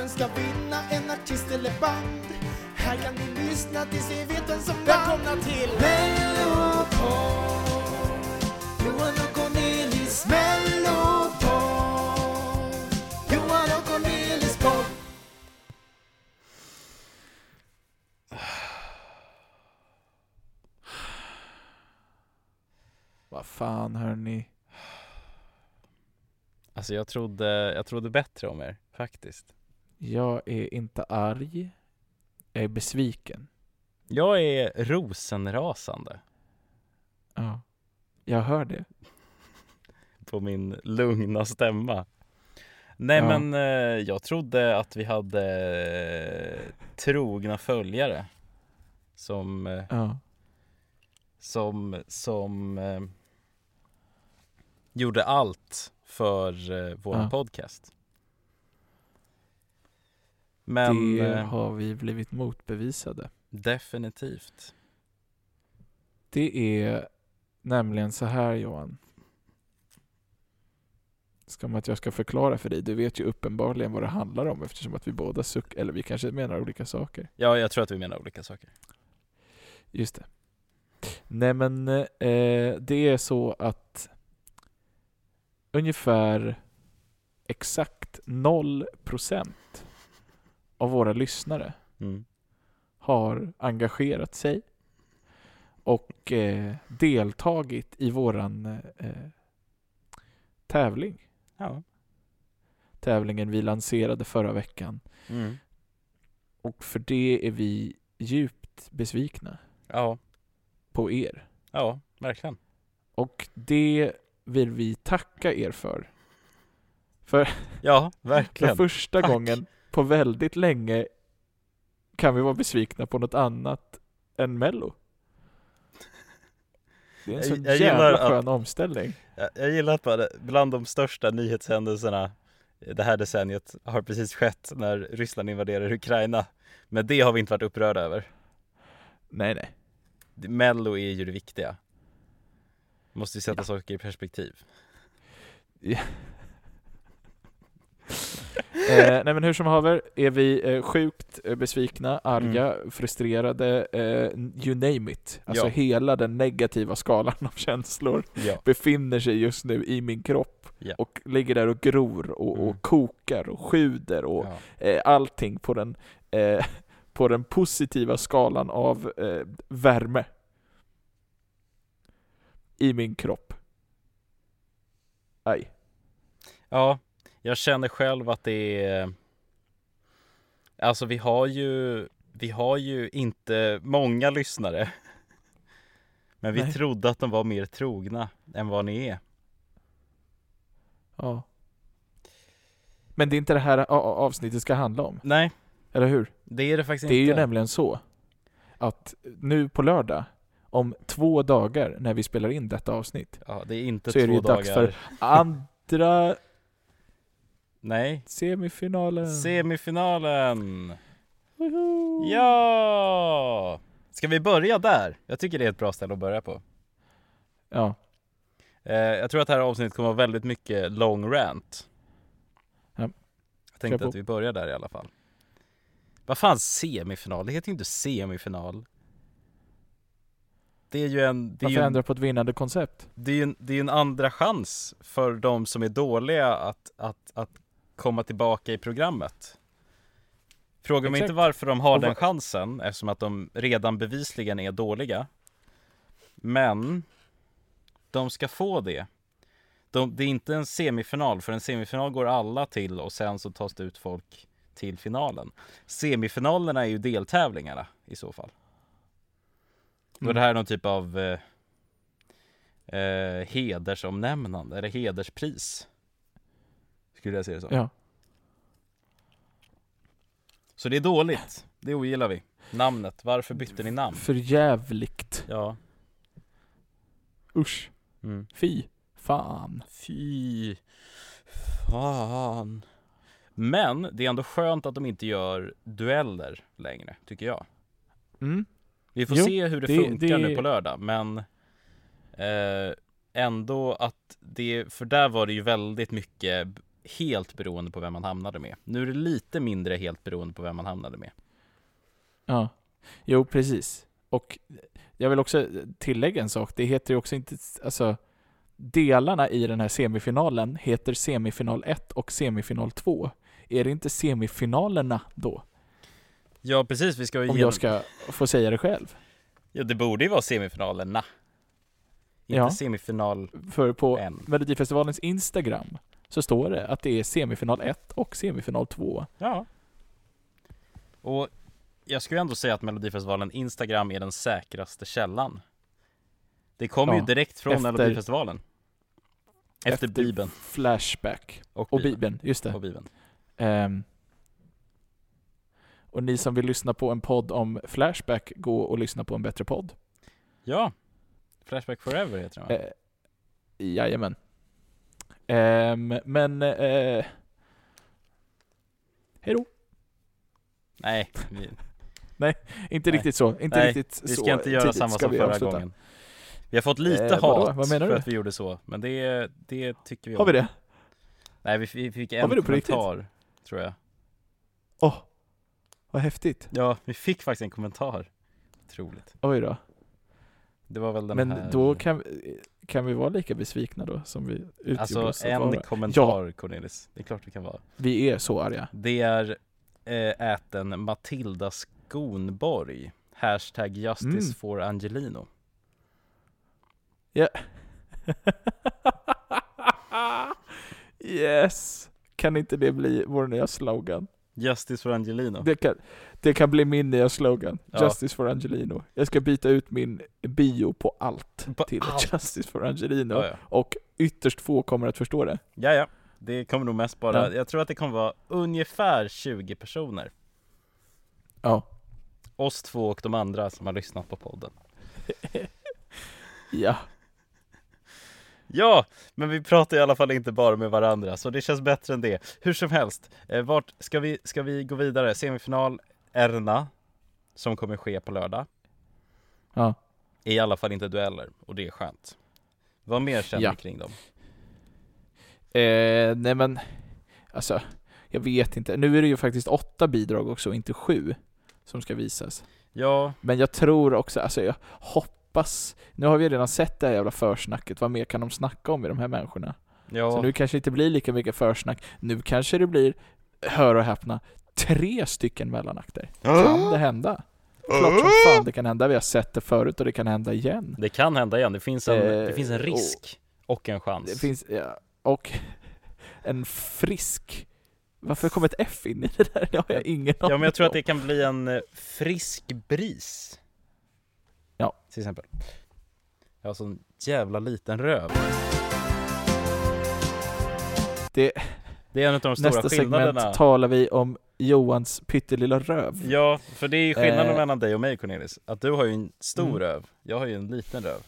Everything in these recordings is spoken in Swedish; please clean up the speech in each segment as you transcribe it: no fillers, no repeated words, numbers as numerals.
vem ska vinna, en artist eller band? Här kan ni lyssna tills vi vet vem som vann. Välkomna till Mellopod, Johan och Cornelis Mellopod, Johan och Cornelis podd. Vad fan, hörni. Alltså jag trodde bättre om er, faktiskt. Jag är inte arg. Jag är besviken. Jag är rosenrasande. Ja, jag hör det. På min lugna stämma. Nej, Ja. men jag trodde att vi hade trogna följare som Ja. gjorde allt för vår Ja. podcast. Men Det har vi blivit motbevisade. definitivt. Det är nämligen så här, Johan. Ska man att jag ska förklara för dig? Du vet ju uppenbarligen vad det handlar om, eftersom att vi båda eller vi kanske menar olika saker. Ja, jag tror att vi menar olika saker. Just det. Nej, men det är så att ungefär exakt 0% av våra lyssnare har engagerat sig och deltagit i våran tävling. Ja. Tävlingen vi lanserade förra veckan. Och för det är vi djupt besvikna Ja. på er. Ja, verkligen. Och det vill vi tacka er för. Ja, För verkligen. första Tack. gången på väldigt länge kan vi vara besvikna på något annat än Mello. Det är en sån Jag gillar jävla att- skön omställning. Jag gillar att bland de största nyhetshändelserna det här decenniet har precis skett när Ryssland invaderar Ukraina. Men det har vi inte varit upprörda över. Nej. Mello är ju det viktiga. Måste ju sätta saker i perspektiv. Nej, men hur som haver är vi sjukt besvikna, arga, frustrerade, you name it. Alltså Ja. hela den negativa skalan av känslor Ja. befinner sig just nu i min kropp. Ja. Och ligger där och gror och kokar och sjuder och allting på den positiva skalan av värme i min kropp. Aj. Ja, jag känner själv att det är... Alltså vi har ju inte många lyssnare. Men vi Nej. trodde att de var mer trogna än vad ni är. Ja. Men det är inte det här avsnittet ska handla om. Nej, Eller hur? det är det faktiskt Det är inte. ju nämligen så att nu på lördag, om 2 dagar när vi spelar in detta avsnitt, Ja, det är inte så är det 2 ju dagar. dags för andra Nej, semifinalen. Woho! Ja! Ska vi börja där? Jag tycker det är ett bra ställe att börja på. Ja. Jag tror att det här avsnittet kommer vara väldigt mycket long rant. Ja. Jag tänkte Kör på. att vi börjar där i alla fall. Vad fan semifinal? Det heter ju inte semifinal. Det är ju Varför ändra på ett vinnande koncept? det är ju en andra chans för de som är dåliga att komma tillbaka i programmet. Fråga mig Exakt. inte varför de har Och den chansen, eftersom att de redan bevisligen är dåliga. Men de ska få det. Det är inte en semifinal, för en semifinal går alla till och sen så tas det ut folk till finalen. Semifinalerna är ju deltävlingarna i så fall. Och det här är någon typ av hedersomnämnande eller hederspris. Skulle jag säga så. Ja. Så det är dåligt. Det ogillar vi. Namnet. Varför bytte ni namn? För jävligt. Ja. Usch. Fy. Fan. Fy fan. Men det är ändå skönt att de inte gör dueller längre, tycker jag. Vi får se hur det funkar nu på lördag. Men ändå att det... För där var det ju väldigt mycket helt beroende på vem man hamnade med. Nu är det lite mindre helt beroende på vem man hamnade med. Ja, jo precis. Och jag vill också tillägga en sak. Det heter ju också inte, alltså delarna i den här semifinalen heter semifinal 1 och semifinal 2. Är det inte semifinalerna då? Ja, precis. Vi ska om jag ska få säga det själv. Ja, det borde ju vara semifinalerna. Inte semifinal. För på Melodifestivalens Instagram så står det att det är semifinal 1 och semifinal 2. Ja. Och jag skulle ändå säga att Melodifestivalen Instagram är den säkraste källan. Det kommer ju direkt från Melodifestivalen. Efter Bibeln. Flashback. Och Bibeln, just det. Och Bibeln. Och ni som vill lyssna på en podd om Flashback, gå och lyssna på en bättre podd. Ja. Flashback Forever heter den, va? Jajamän. Men hejdå. Nej. Nej, inte riktigt så. Inte riktigt vi ska så inte göra samma som förra gången. Vi har fått lite hat vad menar för du? att vi gjorde så. Men det tycker vi om. Har vi det? Nej, vi fick en kommentar, tror jag. Vad häftigt. Ja, vi fick faktiskt en kommentar. Otroligt. Oj då. Det var väl den men här... då kan vi vara lika besvikna då som vi utgjorde alltså, oss att en vara. kommentar, Cornelis. Det är klart vi kan vara. Vi är så arga. Det är äten Matilda Skonborg. #Justice for Angelino. Ja. Yes. Kan inte det bli vår nya slogan? Justice for Angelino. Det kan bli min nya slogan. Ja. Justice for Angelino. Jag ska byta ut min bio på allt till Justice for Angelino. Ja. Och ytterst få kommer att förstå det. Ja. Det kommer nog mest bara... Jag tror att det kommer vara ungefär 20 personer. Ja. Oss två och de andra som har lyssnat på podden. Ja. Ja, men vi pratar i alla fall inte bara med varandra, så det känns bättre än det. Hur som helst, vart ska vi gå vidare? Semifinal Erna, som kommer ske på lördag. Ja. Är i alla fall inte dueller, och det är skönt. Vad mer känner du kring dem? Nej men, alltså, jag vet inte. Nu är det ju faktiskt 8 bidrag också, inte 7 som ska visas. Ja. Men jag tror också, alltså jag hoppas, nu har vi redan sett det här jävla försnacket, vad mer kan de snacka om i de här människorna? Ja. Så nu kanske det inte blir lika mycket försnack. Nu kanske det blir, hör och häpna, 3 stycken mellanakter. Kan det hända? Klart som fan det kan hända. Vi har sett det förut och det kan hända igen. Det kan hända igen. Det finns en risk och en chans. Det finns, och en frisk. Varför kom ett F in i det där? Det har jag ingen aning om. Ja, men jag tror att det kan bli en frisk bris. Ja. Till exempel. Jag har sån jävla liten röv. Det är en av de stora nästa skillnaderna. Segment talar vi om Johans pyttelilla röv. Ja, för det är ju skillnaden mellan dig och mig, Cornelis. Att du har ju en stor röv. Jag har ju en liten röv.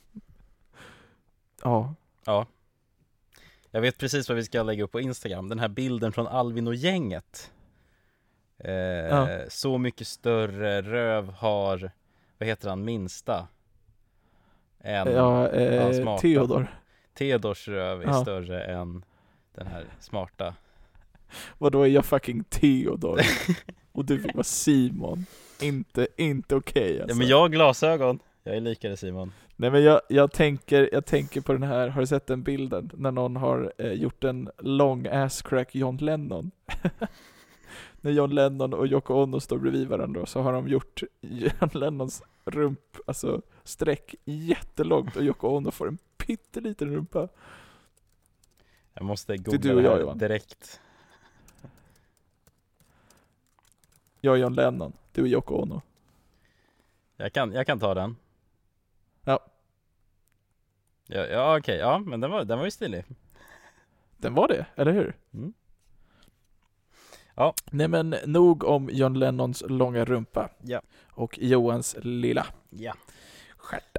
Ja. Jag vet precis vad vi ska lägga upp på Instagram. Den här bilden från Alvin och gänget. Så mycket större röv har, vad heter han, minsta än smarta. Theodors röv är större än den här smarta. Vadå, är jag fucking Theodor? Och du fick vara Simon. Inte okej, alltså. Ja, men jag har glasögon. Jag är likare Simon. Nej, men jag tänker på den här. Har du sett den bilden när någon har gjort en long ass crack John Lennon? När John Lennon och Yoko Ono står bredvid varandra, så har de gjort John Lennons rump, alltså streck jättelångt, och Yoko Ono får en pytteliten rumpa. Jag måste googla det och det jag, här Johan. Direkt. Jag är John Lennon, du är Yoko Ono. Jag kan ta den. Ja. Ja, okej. Ja, men den var ju stilig. Den var det, eller hur? Mm. Ja. Nej, men nog om John Lennons långa rumpa. Ja. Och Johans lilla. Ja. Stjärta.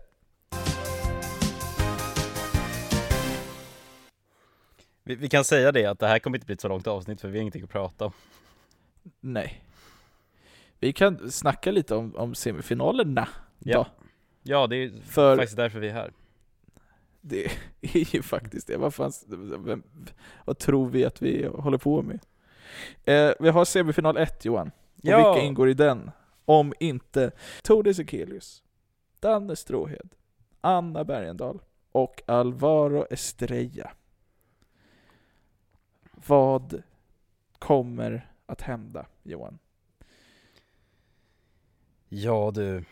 Vi kan säga det, att det här kommer inte bli ett så långt avsnitt, för vi har ingenting att prata om. Nej. Vi kan snacka lite om semifinalerna. Ja. Då. Ja, det är faktiskt därför vi är här. Det är ju faktiskt det. Vad tror vi att vi håller på med? Vi har semifinal 1, Johan. Och vilka ingår i den? Om inte Tony Sekelius, Danne Stråhed, Anna Bergendahl och Alvaro Estrella. Vad kommer att hända, Johan? Ja du.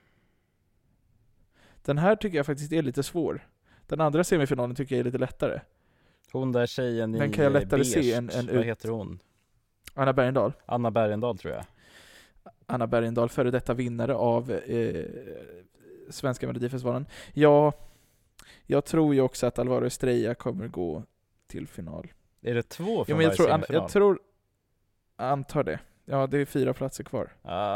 Den här tycker jag faktiskt är lite svår. Den andra semifinalen tycker jag är lite lättare. Hon där tjejen den i kan jag lättare beige. se än Vad heter hon? Anna Bergendahl. Anna Bergendahl tror jag. Anna Bergendahl, före detta vinnare av Svenska Melodifestivalen. Ja, jag tror ju också att Alvaro Estrella kommer gå till final. Är det 2 från men varje semifinal? jag tror, antar det. Ja, det är 4 platser kvar.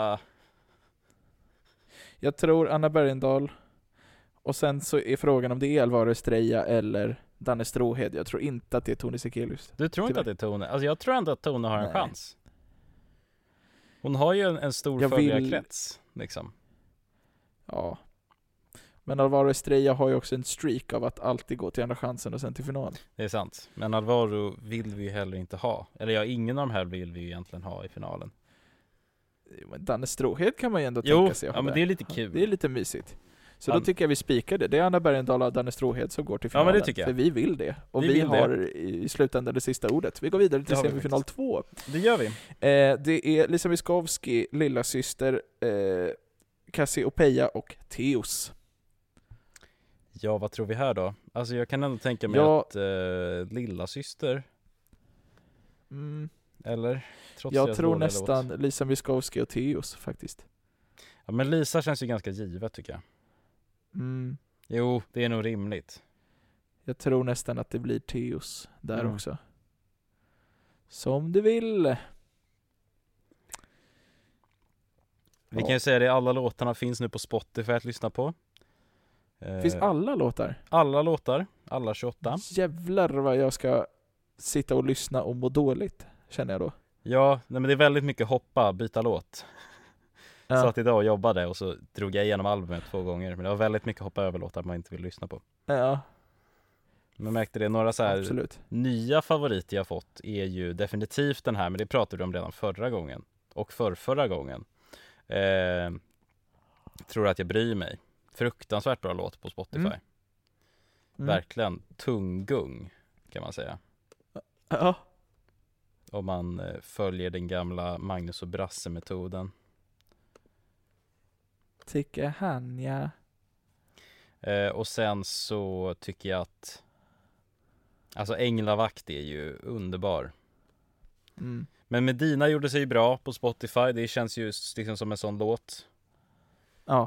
Jag tror Anna Bergendahl. Och sen så är frågan om det är Alvaro Estrella eller Danne Stråhed. Jag tror inte att det är Tony Sekelius. Du tror inte att det är Tone? Alltså jag tror ändå att Tone har en chans. Hon har ju en stor följarkrets liksom. Ja. Men Alvaro Estrella har ju också en streak av att alltid gå till andra chansen och sen till final. Det är sant. Men Alvaro vill vi ju heller inte ha. Eller ja, ingen av de här vill vi ju egentligen ha i finalen. Men Danne Stråhed kan man ju ändå tänka sig. Ja, men det är lite kul. Det är lite mysigt. Så då tycker jag vi spikar det. Det är Anna Bergendahl och Danne Stråhed som går till finalen. Ja, men det tycker jag. För vi vill det. Och vi har i slutändan det sista ordet. Vi går vidare till semifinal 2. Det gör vi. Det är Lisa Miskovsky, lillasyster, Cassiopeia och Theos. Ja, vad tror vi här då? Alltså jag kan ändå tänka mig att lillasyster. Eller? Trots jag tror nästan Lisa Miskovsky och Theos faktiskt. Ja, men Lisa känns ju ganska givet tycker jag. Jo, det är nog rimligt. Jag tror nästan att det blir Theos där också. Som du vill. Vi kan ju säga det, alla låtarna finns nu på Spotify att lyssna på. Finns alla låtar? Alla låtar, alla 28. Jävlar vad jag ska sitta och lyssna och må dåligt, känner jag då. Ja, nej, men det är väldigt mycket hoppa, byta låt. Ja. Så att idag jobbade och så drog jag igenom albumet 2 gånger. Men det var väldigt mycket hoppa över låtar man inte vill lyssna på. Ja. Men märkte det, några så här nya favoriter jag fått är ju definitivt den här, men det pratade du om redan förra gången. Och förra gången. Tror att jag bryr mig. Fruktansvärt bra låt på Spotify. Verkligen tunggung kan man säga. Ja. Om man följer den gamla Magnus och Brasse-metoden. Tycker han, ja. Och sen så tycker jag att alltså Änglavakt är ju underbar. Men Medina gjorde sig bra på Spotify. Det känns ju liksom som en sån låt. Ja.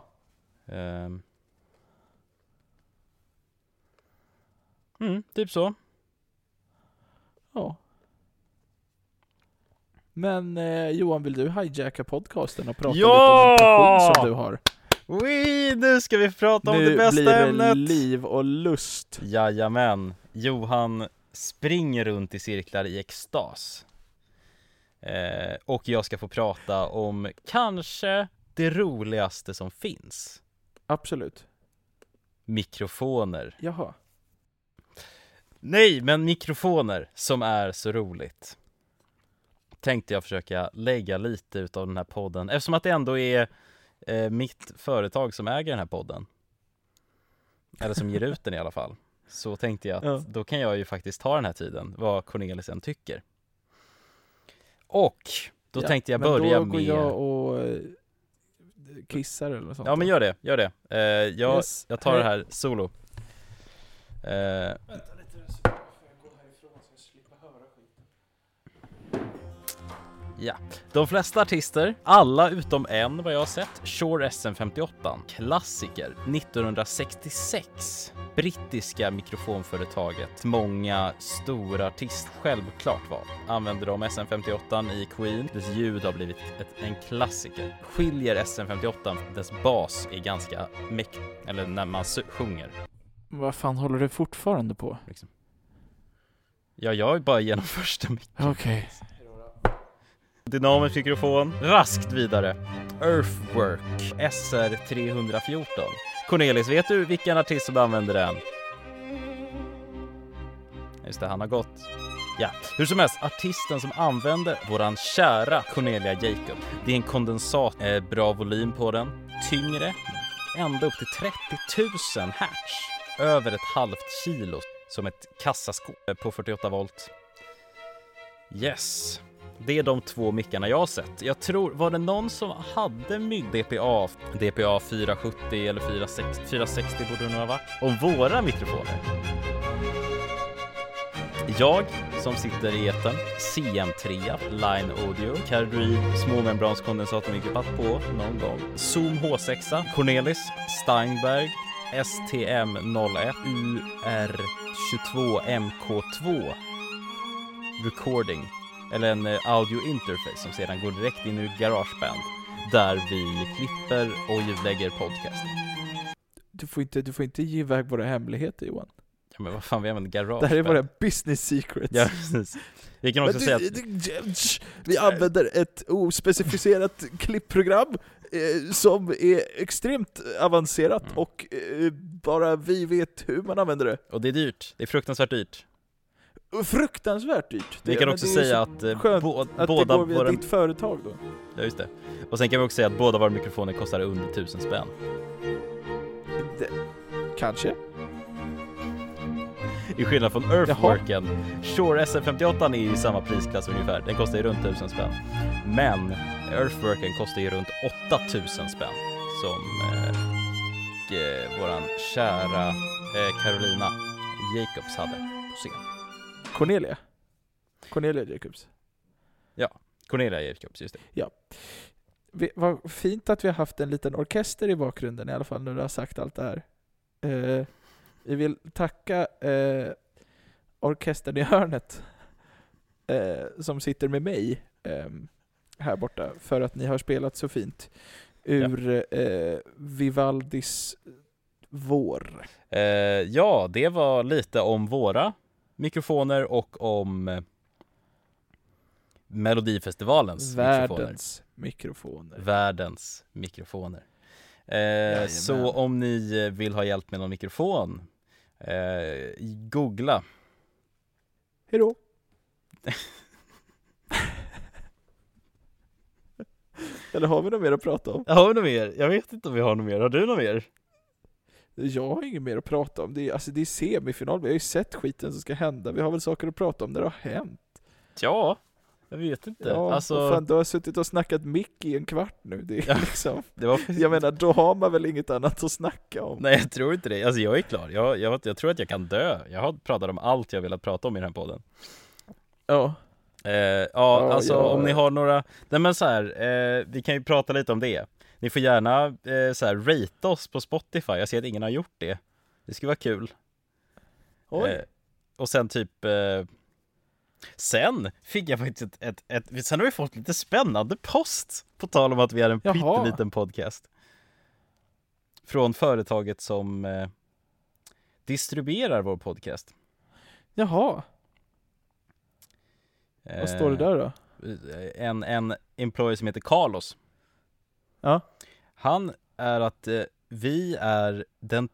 Typ så. Ja. Men Johan, vill du hijacka podcasten och prata lite om en passion som du har? Nu ska vi prata om det bästa ämnet. Nu blir det liv och lust. Jajamän. Johan springer runt i cirklar i extas. Och jag ska få prata om kanske det roligaste som finns. Absolut. Mikrofoner. Jaha. Nej, men mikrofoner som är så roligt. Tänkte jag försöka lägga lite utav den här podden. Eftersom att det ändå är mitt företag som äger den här podden. Eller som ger ut den i alla fall. Så tänkte jag att då kan jag ju faktiskt ta den här tiden. Vad Cornelisen tycker. Och då tänkte jag börja med... Men då går jag och kissar eller sånt. Ja, men gör det. Jag tar det här solo. Vänta lite så får jag gå härifrån så jag slipper höra skiten. Ja, de flesta artister, alla utom en vad jag har sett, Shure SM58, klassiker, 1966, brittiska mikrofonföretaget, många stora artister självklart var, använder de SM58 i Queen, dess ljud har blivit en klassiker, skiljer SM58, dess bas är ganska mäktig, eller när man sjunger. Vad fan håller du fortfarande på? Liksom. Ja, jag är bara genom första micken. Okej. Dynamisk mikrofon, raskt vidare. Earthwork SR314. Cornelis, vet du vilken artist som använder den? Just det, han har gått. Ja, hur som helst, artisten som använder våran kära Cornelia Jacob. Det är en kondensat, bra volym på den, tyngre, ända upp till 30 000 hertz. Över ett halvt kilo, som ett kassaskåp på 48 volt. Yes, det är de 2 mickarna jag har sett. Jag tror, var det någon som hade DPA 470 eller 460 borde det nog ha varit, om våra mikrofoner. Jag som sitter i etern, CM3, Line Audio, Carry, småmembranskondensator mycket patt på någon gång, Zoom H6, Cornelis, Steinberg, STM01, UR22 MK2 recording, eller en audio interface som sedan går direkt in i GarageBand där vi klipper och ljudlägger podcasten. Du får inte ge iväg våra hemligheter, Johan. Ja, men vad fan, vi använder GarageBand. Det här är våra business secrets. Ja, precis. Vi kan också säga att vi använder ett ospecificerat klippprogram som är extremt avancerat och bara vi vet hur man använder det. Och det är dyrt. Det är fruktansvärt dyrt. Fruktansvärt dyrt. Vi kan också säga att båda det går via ditt företag då. Ja, just det. Och sen kan vi också säga att båda våra mikrofoner kostar under 1000 spänn. Kanske. I skillnad från Earthworken. Shure SF58 är i samma prisklass ungefär. Den kostar ju runt 1000 spänn. Men Earthworken kostar ju runt 8000 spänn. Som våran kära Carolina Jacobs hade på scen. Cornelia Jacobs. Ja, Cornelia Jacobs, just det. Ja. Vad fint att vi har haft en liten orkester i bakgrunden i alla fall när du har sagt allt det här. Vi vill tacka orkestern i hörnet som sitter med mig här borta för att ni har spelat så fint ur Vivaldis Vår. Ja, det var lite om våra mikrofoner och om Melodifestivalens mikrofoner. Världens mikrofoner. Så om ni vill ha hjälp med någon mikrofon, googla. Hejdå. Eller har vi något mer att prata om? Har vi något mer? Jag vet inte om vi har något mer. Har du något mer? Jag har inget mer att prata om. Det är semifinal. Vi har ju sett skiten som ska hända. Vi har väl saker att prata om när det har hänt. Ja, jag vet inte. Ja, alltså... fan, du har suttit och snackat mick i en kvart nu. Det är liksom... det var... Jag menar, då har man väl inget annat att snacka om. Nej, jag tror inte det. Alltså jag är klar. Jag tror att jag kan dö. Jag har pratat om allt jag velat prata om i den här podden. Ja. Om ni har några... Nej, men så här, vi kan ju prata lite om det. Ni får gärna så här, rate oss på Spotify. Jag ser att ingen har gjort det. Det skulle vara kul. Oj. Och sen typ... sen fick jag faktiskt sen har vi fått lite spännande post. På tal om att vi är en pytteliten podcast. Från företaget som distribuerar vår podcast. Jaha. Vad står det där då? En employee som heter Carlos. Ja. Han är att vi är den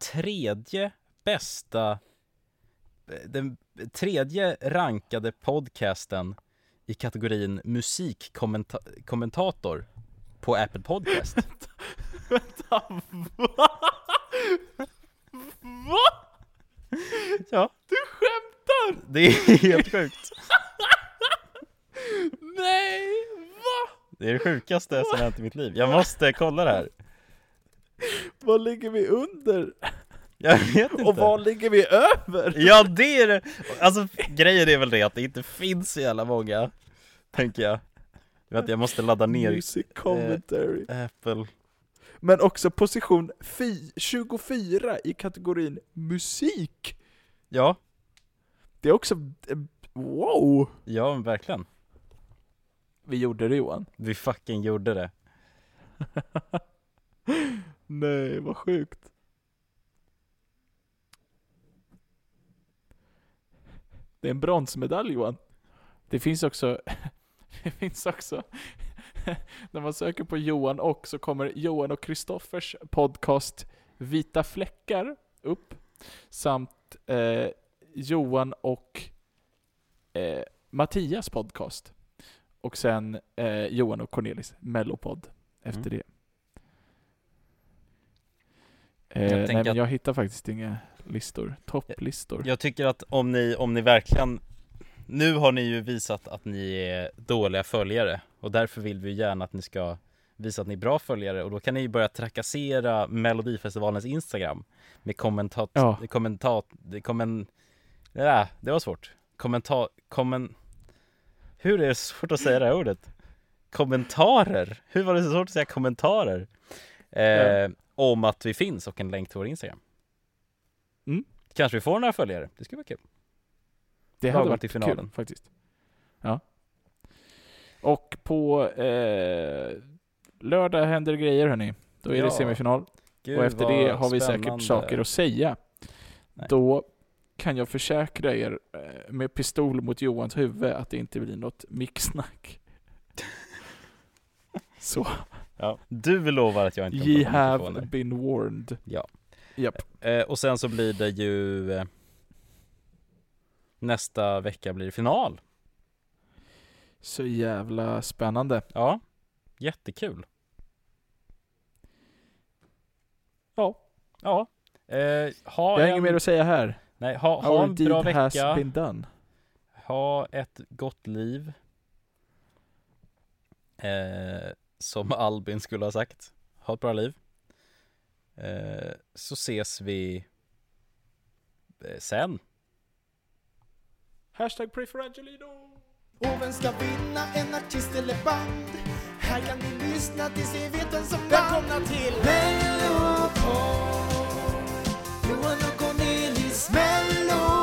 tredje rankade podcasten i kategorin musikkommentator på Apple Podcast. Vänta, va? Ja. Du skämtar? Det är helt sjukt. Nej, va? Det är det sjukaste som hänt i mitt liv. Jag måste kolla det här. Vad ligger vi under? Jag vet inte. Och vad ligger vi över? Ja, det är det. Alltså, grejen är väl det att det inte finns så jävla många, tänker jag. Vet, jag måste ladda ner Music commentary. Apple. Men också position 24 i kategorin musik. Ja. Det är också... Wow! Ja, verkligen. Vi gjorde det, Johan. Vi fucking gjorde det. Nej, vad sjukt. Det är en bronsmedalj, Johan. Det finns också när man söker på Johan och så kommer Johan och Kristoffers podcast Vita fläckar upp samt Johan och Mattias podcast. Och sen Johan och Cornelis Mellopodd efter det. Jag hittar faktiskt inga listor, topplistor. Jag tycker att om ni verkligen, nu har ni ju visat att ni är dåliga följare, och därför vill vi gärna att ni ska visa att ni är bra följare, och då kan ni ju börja trakassera Melodifestivalens Instagram med det var svårt. Hur är det svårt att säga det här ordet? Kommentarer. Hur var det så svårt att säga kommentarer? Om att vi finns, och en länk till vår Instagram. Kanske vi får några följare. Det skulle vara kul. Det hade varit kul faktiskt. Ja. Och på lördag händer grejer, hörni. Då är det semifinal. Gud, och efter det har vi spännande. säkert saker att säga. Nej. Då kan jag försäkra er med pistol mot Johans huvud att det inte blir något mixsnack. Så. Ja. Du lovar att jag inte You have been warned. Ja. Yep. Och sen så blir det ju nästa vecka blir det final. Så jävla spännande. Ja, jättekul. Ja. Jag har inget mer att säga här. Nej, ha en bra vecka. Has been done. Ha ett gott liv. Som Albin skulle ha sagt. Ha ett bra liv. Så ses vi sen. #PrayForAngelino. Och vem ska vinna, en artist eller band? Här kan ni lyssna tills ni vet vem som vann. Välkomna till Mellopodd, Johan och Cornelis Mellopodd.